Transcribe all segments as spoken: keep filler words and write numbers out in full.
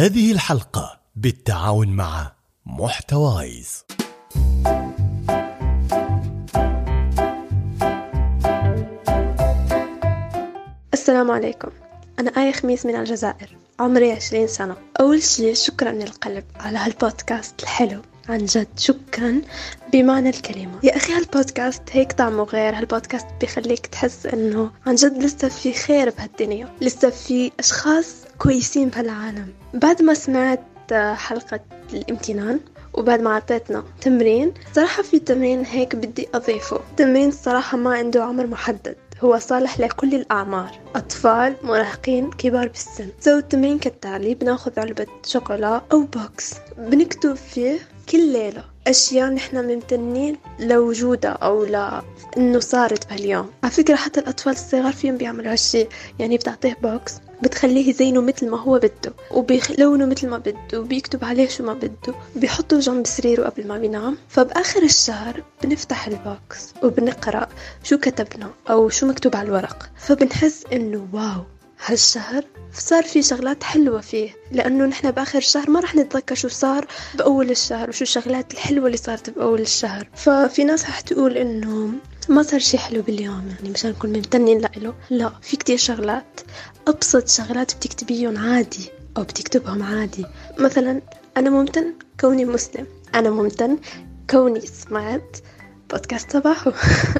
هذه الحلقة بالتعاون مع محتوايز. السلام عليكم، أنا آية خميس من الجزائر، عمري عشرين سنة. أول شيء شكرا من القلب على هالبودكاست الحلو، عن جد شكرا بمعنى الكلمة. يا أخي هالبودكاست هيك طعمه غير، هالبودكاست بيخليك تحس أنه عن جد لسه في خير بهالدنيا، لسه في أشخاص كويسين بهالعالم. بعد ما سمعت حلقة الامتنان وبعد ما عطيتنا تمرين، صراحة في تمرين هيك بدي أضيفه. تمرين صراحة ما عنده عمر محدد، هو صالح لكل الأعمار، أطفال، مراهقين، كبار بالسن. سوي التمرين كالتالي: بناخذ علبة شوكولا أو بوكس، بنكتب فيه كل ليلة أشياء نحن ممتنين لوجودها أو لأنه صارت بهاليوم. على فكرة حتى الأطفال الصغار فيهم بيعملوا هالشي، يعني بتعطيه بوكس بتخليه يزينه مثل ما هو بده وبيلونه مثل ما بده وبيكتب عليه شو ما بده وبيحطه جنب سريره قبل ما بينام. فبآخر الشهر بنفتح البوكس وبنقرأ شو كتبنا أو شو مكتوب على الورق، فبنحس إنه واو هالشهر صار في شغلات حلوة فيه، لأنه نحن بآخر الشهر ما رح نتذكر شو صار بأول الشهر وشو الشغلات الحلوة اللي صارت بأول الشهر. ففي ناس رح تقول إنه ما صار شي حلو باليوم، يعني مشان نكون ممتنين لإله. لا، في كتير شغلات، أبسط شغلات بتكتبيهم عادي أو بتكتبهم عادي. مثلا أنا ممتن كوني مسلم، أنا ممتن كوني سمعت بودكاست صباحو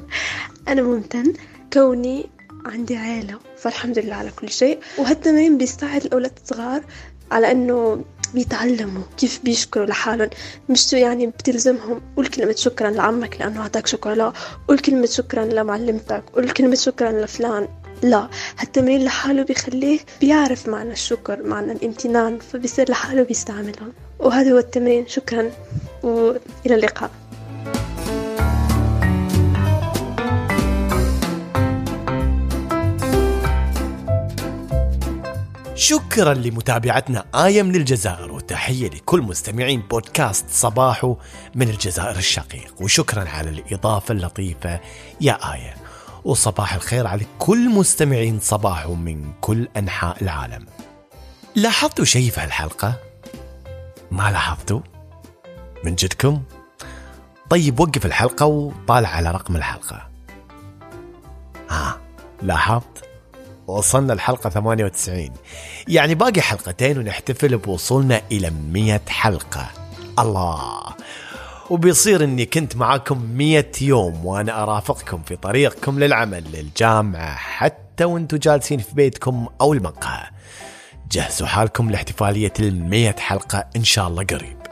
أنا ممتن كوني عندي عائلة، فالحمد لله على كل شيء. وهالتمرين بيساعد الأولاد الصغار على أنه بيتعلموا كيف بيشكروا لحالهم، مش يعني بتلزمهم قول كلمة شكرا لعمك لأنه عطاك شوكولا، قول كلمة شكرا لمعلمتك، قول كلمة شكرا لفلان. لا، هالتمرين لحاله بيخليه بيعرف معنى الشكر، معنى الامتنان، فبيصير لحاله بيستعملهم. وهذا هو التمرين. شكرا وإلى اللقاء. شكرا لمتابعتنا آية من الجزائر، وتحية لكل مستمعين بودكاست صباحو من الجزائر الشقيق. وشكرا على الإضافة اللطيفة يا آية، وصباح الخير على كل مستمعين صباحو من كل أنحاء العالم. لاحظتوا شيء في هالحلقة؟ ما لاحظتوا؟ من جدكم؟ طيب وقف الحلقة وطالع على رقم الحلقة. ها لاحظت؟ وصلنا الحلقة ثمانية وتسعين، يعني باقي حلقتين ونحتفل بوصولنا إلى مية حلقة. الله! وبيصير أني كنت معاكم مية يوم وأنا أرافقكم في طريقكم للعمل، للجامعة، حتى وانتوا جالسين في بيتكم أو المقهى. جهزوا حالكم لاحتفالية المية حلقة إن شاء الله قريب.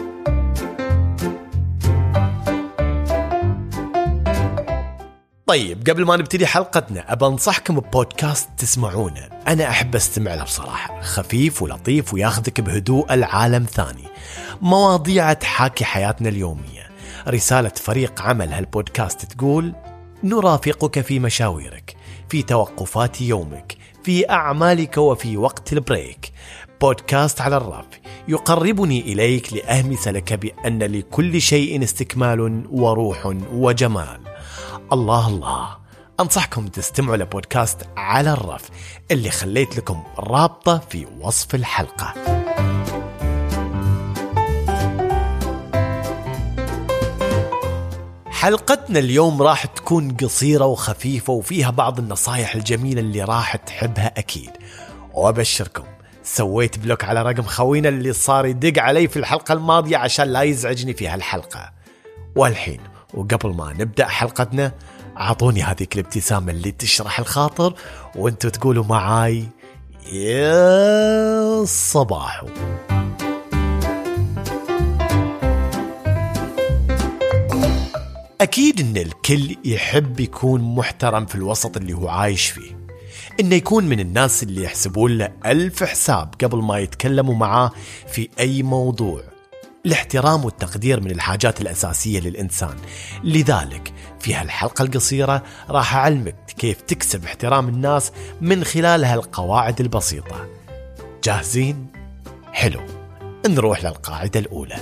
طيب قبل ما نبتدي حلقتنا أبى أنصحكم ببودكاست تسمعونه، أنا أحب أستمع له بصراحة، خفيف ولطيف وياخذك بهدوء العالم ثاني، مواضيع تحاكي حياتنا اليومية. رسالة فريق عمل هالبودكاست تقول: نرافقك في مشاويرك، في توقفات يومك، في أعمالك وفي وقت البريك. بودكاست على الرف يقربني إليك لأهمس لك بأن لكل شيء استكمال وروح وجمال. الله الله، أنصحكم تستمعوا لبودكاست على الرف اللي خليت لكم رابطة في وصف الحلقة. حلقتنا اليوم راح تكون قصيرة وخفيفة وفيها بعض النصايح الجميلة اللي راح تحبها أكيد. وأبشركم سويت بلوك على رقم خوينا اللي صار يدق علي في الحلقة الماضية عشان لا يزعجني في هالحلقة. والحين وقبل ما نبدأ حلقتنا، أعطوني هذيك الابتسامة اللي تشرح الخاطر وانتوا تقولوا معاي يا صباحو. أكيد إن الكل يحب يكون محترم في الوسط اللي هو عايش فيه، إنه يكون من الناس اللي يحسبون له ألف حساب قبل ما يتكلموا معاه في أي موضوع. الاحترام والتقدير من الحاجات الأساسية للإنسان، لذلك في هالحلقة القصيرة راح أعلمك كيف تكسب احترام الناس من خلال هالقواعد البسيطة. جاهزين؟ حلو، نروح للقاعدة الأولى.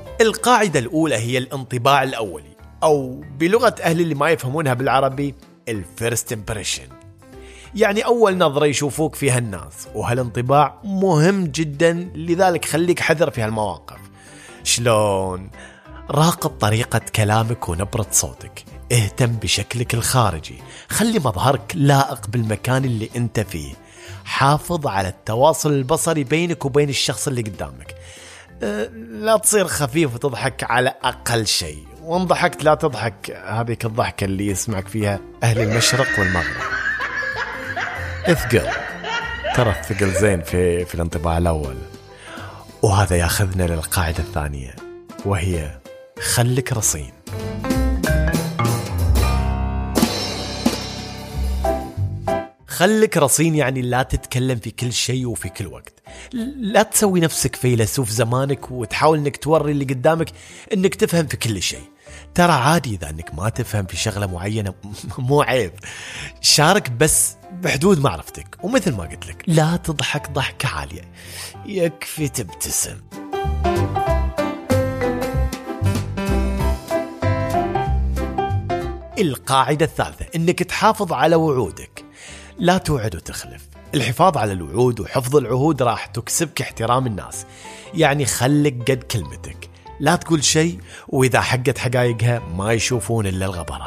القاعدة الأولى هي الانطباع الأولي، أو بلغة أهل اللي ما يفهمونها بالعربي الفيرست امبريشن، يعني أول نظرة يشوفوك فيها الناس، وهالانطباع مهم جدا، لذلك خليك حذر في هالمواقف. شلون؟ راقب طريقة كلامك ونبرة صوتك، اهتم بشكلك الخارجي، خلي مظهرك لائق بالمكان اللي انت فيه، حافظ على التواصل البصري بينك وبين الشخص اللي قدامك، أه لا تصير خفيف وتضحك على أقل شيء، وان ضحكت لا تضحك هذيك الضحكة اللي يسمعك فيها أهل المشرق والمغرب. اثقل، ترى الثقل زين في, في الانطباع الأول. وهذا ياخذنا للقاعدة الثانية، وهي خلك رصين. خلك رصين يعني لا تتكلم في كل شيء وفي كل وقت، لا تسوي نفسك فيلسوف زمانك وتحاول انك توري اللي قدامك انك تفهم في كل شيء. ترى عادي اذا انك ما تفهم في شغلة معينة، مو عيب، شارك بس بحدود معرفتك. ومثل ما قلت لك لا تضحك ضحكة عالية، يكفي تبتسم. القاعدة الثالثة انك تحافظ على وعودك، لا توعد وتخلف. الحفاظ على الوعود وحفظ العهود راح تكسبك احترام الناس، يعني خلك قد كلمتك، لا تقول شيء وإذا حقت حقايقها ما يشوفون إلا الغبرة.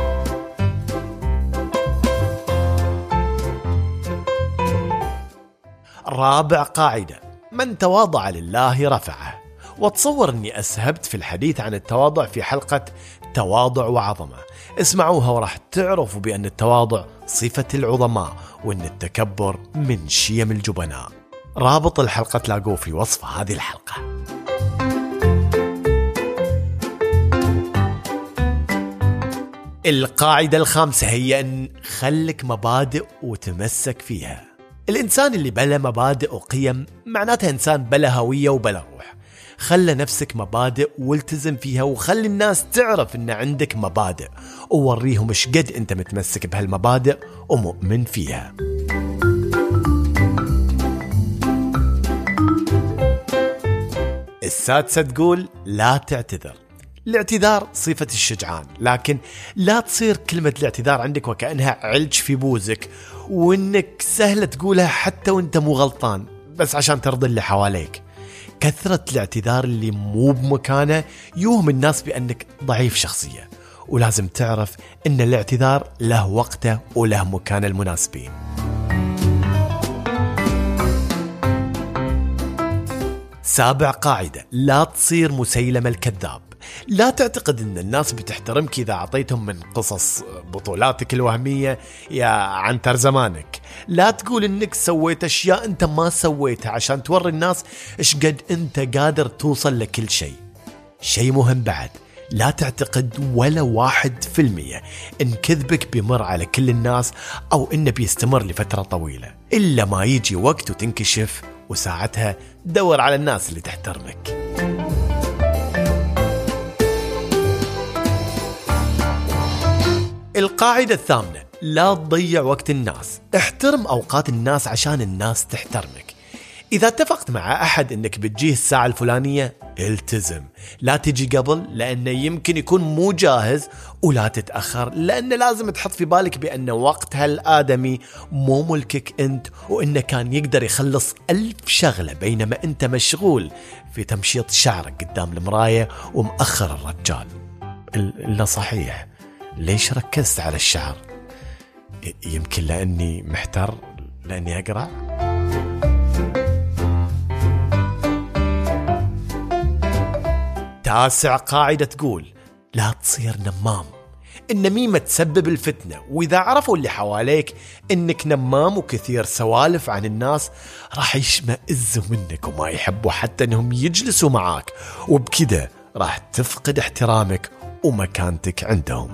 رابع قاعدة، من تواضع لله رفعه. وتصور أني أسهبت في الحديث عن التواضع في حلقة تواضع وعظمة، اسمعوها وراح تعرفوا بأن التواضع صفة العظماء، وأن التكبر من شيم الجبناء. رابط الحلقة تلاقوه في وصف هذه الحلقة. القاعدة الخامسة هي أن خلك مبادئ وتمسك فيها. الإنسان اللي بلا مبادئ وقيم معناتها إنسان بلا هوية وبلا روح. خلى نفسك مبادئ والتزم فيها، وخلي الناس تعرف أن عندك مبادئ، ووريهم إيش قد أنت متمسك بهالمبادئ ومؤمن فيها. السادسة تقول لا تعتذر. الاعتذار صفة الشجعان، لكن لا تصير كلمة الاعتذار عندك وكأنها علج في بوزك، وإنك سهلة تقولها حتى وإنت مو غلطان بس عشان ترضي اللي حواليك. كثرة الاعتذار اللي مو بمكانه يوهم الناس بأنك ضعيف شخصية، ولازم تعرف إن الاعتذار له وقته وله مكانه المناسبين. سابع قاعدة، لا تصير مسيلمة الكذاب. لا تعتقد ان الناس بتحترمك اذا اعطيتهم من قصص بطولاتك الوهمية يا عنتر زمانك. لا تقول انك سويت اشياء انت ما سويتها عشان توري الناس ايش قد انت قادر توصل لكل شيء. شيء مهم بعد، لا تعتقد ولا واحد في المية ان كذبك بيمر على كل الناس او انه بيستمر لفترة طويلة، الا ما يجي وقت وتنكشف، وساعتها دور على الناس اللي تحترمك. القاعدة الثامنة، لا تضيع وقت الناس. احترم أوقات الناس عشان الناس تحترمك. إذا اتفقت مع أحد أنك بتجيه الساعة الفلانية، التزم، لا تجي قبل لأنه يمكن يكون مو جاهز، ولا تتأخر لأنه لازم تحط في بالك بأن وقت هالآدمي مو ملكك أنت، وأنه كان يقدر يخلص ألف شغلة بينما أنت مشغول في تمشيط شعرك قدام المراية ومأخر الرجال. إلا صحيح، ليش ركزت على الشعر؟ يمكن لأني محتار، لأني أقرأ. تاسع قاعدة تقول لا تصير نمام. النميمة تسبب الفتنة، وإذا عرفوا اللي حواليك إنك نمام وكثير سوالف عن الناس راح يشمئزوا منك وما يحبوا حتى إنهم يجلسوا معاك، وبكده راح تفقد احترامك ومكانتك عندهم.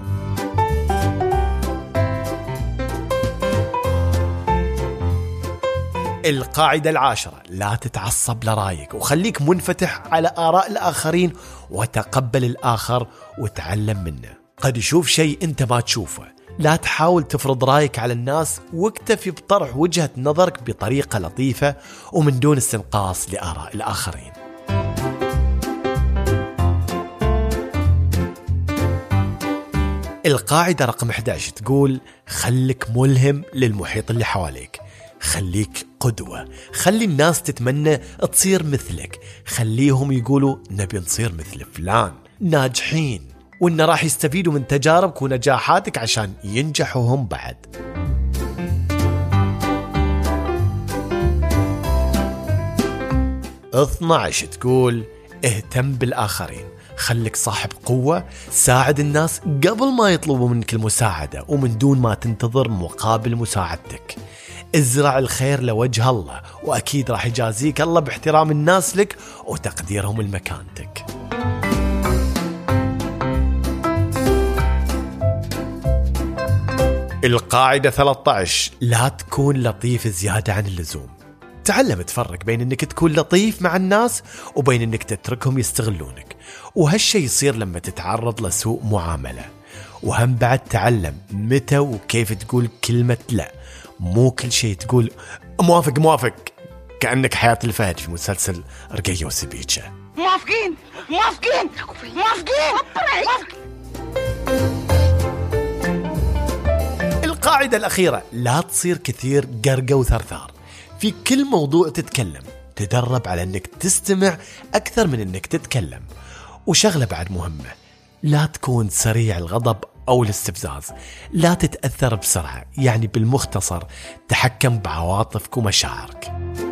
القاعدة العاشرة، لا تتعصب لرأيك، وخليك منفتح على آراء الآخرين، وتقبل الآخر وتعلم منه. قد يشوف شيء أنت ما تشوفه، لا تحاول تفرض رأيك على الناس، واكتفي بطرح وجهة نظرك بطريقة لطيفة ومن دون استنقاص لآراء الآخرين. القاعدة رقم إحدى عشر تقول خليك ملهم للمحيط اللي حواليك، خليك قدوة، خلي الناس تتمنى تصير مثلك، خليهم يقولوا نبي نصير مثل فلان، ناجحين، وإن راح يستفيدوا من تجاربك ونجاحاتك عشان ينجحوا هم بعد. اثنى عشر تقول اهتم بالآخرين، خليك صاحب قوة، ساعد الناس قبل ما يطلبوا منك المساعدة ومن دون ما تنتظر مقابل مساعدتك. ازرع الخير لوجه الله، وأكيد راح يجازيك الله باحترام الناس لك وتقديرهم لمكانتك. القاعدة ثلاثة عشر لا تكون لطيف زيادة عن اللزوم. تعلم تفرق بين انك تكون لطيف مع الناس وبين انك تتركهم يستغلونك، وهالشي يصير لما تتعرض لسوء معاملة. وهم بعد تعلم متى وكيف تقول كلمة لا، مو كل شيء تقول موافق موافق كأنك حياة الفهد في مسلسل رقية وسبيتشة. موافقين موافقين موافقين. القاعدة الأخيرة لا تصير كثير قرقة وثرثار في كل موضوع تتكلم. تدرب على أنك تستمع أكثر من أنك تتكلم. وشغلة بعد مهمة، لا تكون سريع الغضب أو الاستفزاز، لا تتأثر بسرعة، يعني بالمختصر تحكم بعواطفك ومشاعرك.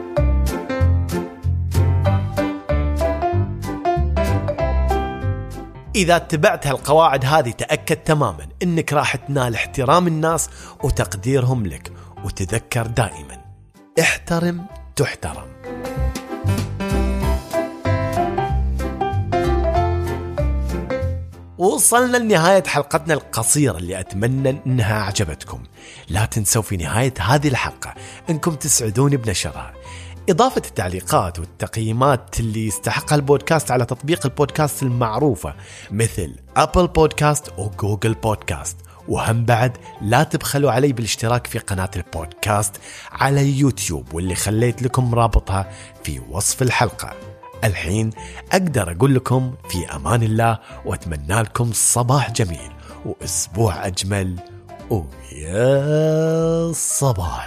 إذا اتبعت هالقواعد هذه تأكد تماما أنك راح تنال احترام الناس وتقديرهم لك. وتذكر دائما احترم تحترم. وصلنا لنهاية حلقتنا القصيرة اللي أتمنى أنها أعجبتكم. لا تنسوا في نهاية هذه الحلقة أنكم تسعدوني بنشرها. إضافة التعليقات والتقييمات اللي يستحقها البودكاست على تطبيق البودكاست المعروفة مثل أبل بودكاست وجوجل بودكاست. وهم بعد لا تبخلوا علي بالاشتراك في قناة البودكاست على يوتيوب، واللي خليت لكم رابطها في وصف الحلقة. الحين أقدر أقول لكم في أمان الله، وأتمنى لكم صباح جميل وأسبوع أجمل، ويا صباح.